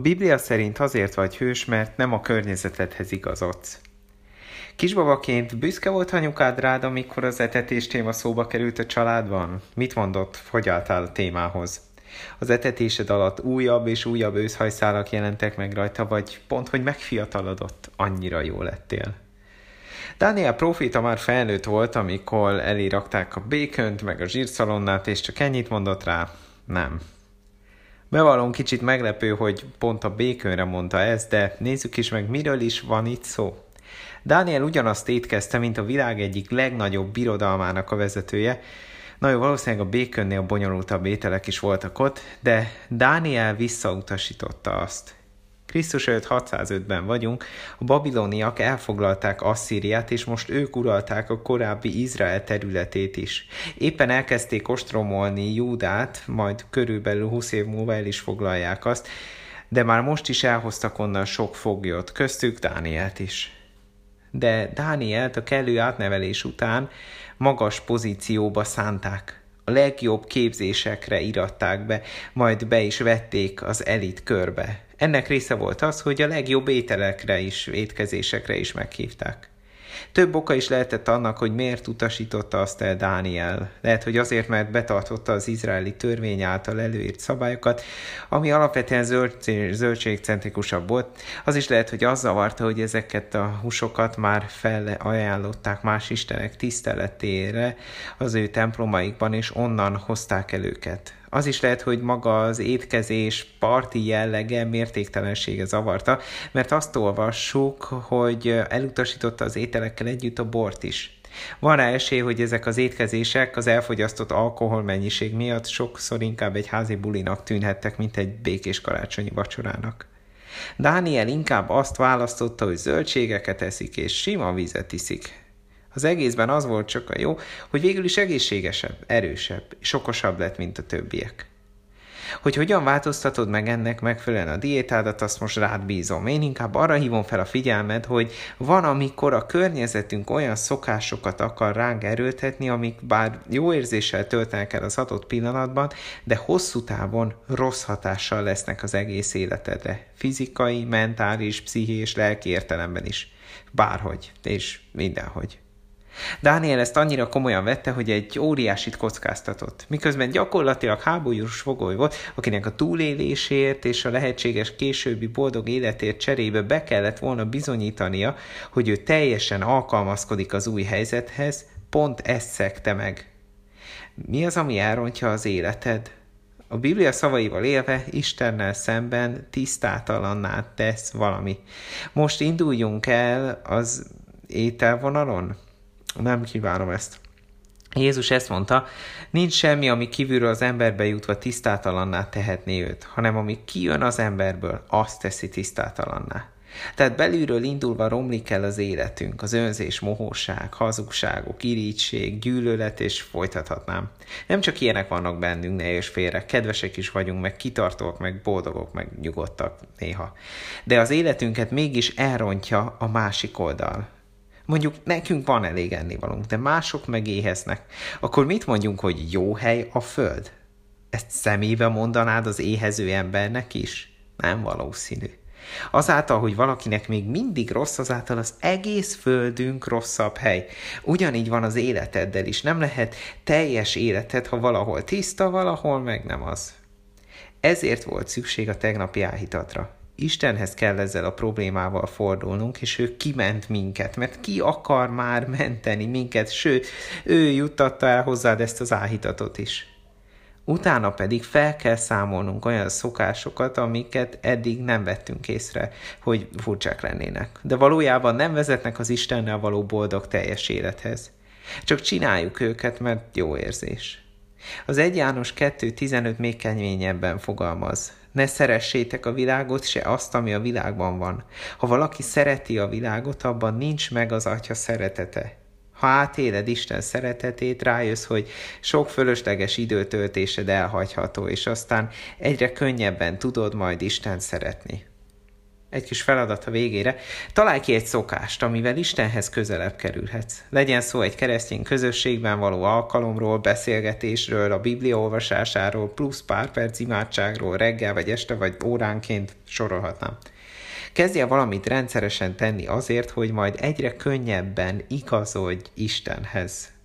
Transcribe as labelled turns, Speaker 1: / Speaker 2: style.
Speaker 1: Biblia szerint azért vagy hős, mert nem a környezetedhez igazodsz. Kisbabaként büszke volt anyukád rád, amikor az etetés téma szóba került a családban? Mit mondott, hogy álltál a témához? Az etetésed alatt újabb és újabb őszhajszálak jelentek meg rajta, vagy pont, hogy megfiatalodott, annyira jó lettél? Dániel próféta már felnőtt volt, amikor elé rakták a békönt, meg a zsírszalonnát, és csak ennyit mondott rá? Nem. Bevallom, kicsit meglepő, hogy pont a békönre mondta ezt, de nézzük is meg, miről is van itt szó. Dániel ugyanazt étkezte, mint a világ egyik legnagyobb birodalmának a vezetője. Na jó, valószínűleg a békönnél bonyolultabb ételek is voltak ott, de Dániel visszautasította azt. Krisztus előtt 605-ben vagyunk, a babiloniak elfoglalták Asszíriát, és most ők uralták a korábbi Izrael területét is. Éppen elkezdték ostromolni Júdát, majd körülbelül 20 év múlva el is foglalják azt, de már most is elhoztak onnan sok foglyot, köztük Dánielt is. De Dánielt a kellő átnevelés után magas pozícióba szánták. A legjobb képzésekre iratták be, majd be is vették az elit körbe. Ennek része volt az, hogy a legjobb étkezésekre is meghívták. Több oka is lehetett annak, hogy miért utasította azt el Dániel. Lehet, hogy azért, mert betartotta az izraeli törvény által előírt szabályokat, ami alapvetően zöldségcentrikusabb volt. Az is lehet, hogy az zavarta, hogy ezeket a húsokat már felajánlották más istenek tiszteletére az ő templomaikban, és onnan hozták el őket. Az is lehet, hogy maga az étkezés parti jellege, mértéktelensége zavarta, mert azt olvassuk, hogy elutasította az ételekkel együtt a bort is. Van rá esély, hogy ezek az étkezések az elfogyasztott alkoholmennyiség miatt sokszor inkább egy házi bulinak tűnhettek, mint egy békés karácsonyi vacsorának. Dániel inkább azt választotta, hogy zöldségeket eszik és sima vizet iszik. Az egészben az volt csak a jó, hogy végül is egészségesebb, erősebb és okosabb lett, mint a többiek. Hogy hogyan változtatod meg ennek megfelelően a diétádat, azt most rád bízom. Én inkább arra hívom fel a figyelmet, hogy van, amikor a környezetünk olyan szokásokat akar ránk erőltetni, amik bár jó érzéssel töltenek el az adott pillanatban, de hosszú távon rossz hatással lesznek az egész életedre. Fizikai, mentális, pszichés, lelki értelemben is. Bárhogy és mindenhogy. Dániel ezt annyira komolyan vette, hogy egy óriásit kockáztatott. Miközben gyakorlatilag háborús fogoly volt, akinek a túlélésért és a lehetséges későbbi boldog életért cserébe be kellett volna bizonyítania, hogy ő teljesen alkalmazkodik az új helyzethez, pont ezt szegte meg. Mi az, ami elrontja az életed? A Biblia szavaival élve Istennel szemben tisztátalanná tesz valami. Most induljunk el az ételvonalon? Nem kívánom ezt. Jézus ezt mondta, nincs semmi, ami kívülről az emberbe jutva tisztátalanná tehetné őt, hanem ami kijön az emberből, azt teszi tisztátalanná. Tehát belülről indulva romlik el az életünk, az önzés, mohóság, hazugságok, irigység, gyűlölet, és folytathatnám. Nem csak ilyenek vannak bennünk, ne és félre, kedvesek is vagyunk, meg kitartóak, meg boldogok, meg nyugodtak néha. De az életünket mégis elrontja a másik oldal. Mondjuk nekünk van elég ennivalónk, de mások meg éheznek. Akkor mit mondjunk, hogy jó hely a föld? Ezt szemébe mondanád az éhező embernek is? Nem valószínű. Azáltal, hogy valakinek még mindig rossz, azáltal az egész földünk rosszabb hely. Ugyanígy van az életeddel is. Nem lehet teljes életed, ha valahol tiszta, valahol meg nem az. Ezért volt szükség a tegnapi áhítatra. Istenhez kell ezzel a problémával fordulnunk, és ő kiment minket, mert ki akar már menteni minket, sőt, ő juttatta el hozzád ezt az áhítatot is. Utána pedig fel kell számolnunk olyan szokásokat, amiket eddig nem vettünk észre, hogy furcsák lennének. De valójában nem vezetnek az Istennel való boldog teljes élethez. Csak csináljuk őket, mert jó érzés. Az 1 János 2.15 még keményebben fogalmaz. Ne szeressétek a világot, se azt, ami a világban van. Ha valaki szereti a világot, abban nincs meg az Atya szeretete. Ha átéled Isten szeretetét, rájössz, hogy sok fölösleges időtöltésed elhagyható, és aztán egyre könnyebben tudod majd Istent szeretni. egy kis feladat a végére. Találj ki egy szokást, amivel Istenhez közelebb kerülhetsz. Legyen szó egy keresztény közösségben való alkalomról, beszélgetésről, a Biblia olvasásáról, plusz pár perc imádságról, reggel vagy este vagy óránként sorolhatnám. Kezdj el valamit rendszeresen tenni azért, hogy majd egyre könnyebben igazodj Istenhez.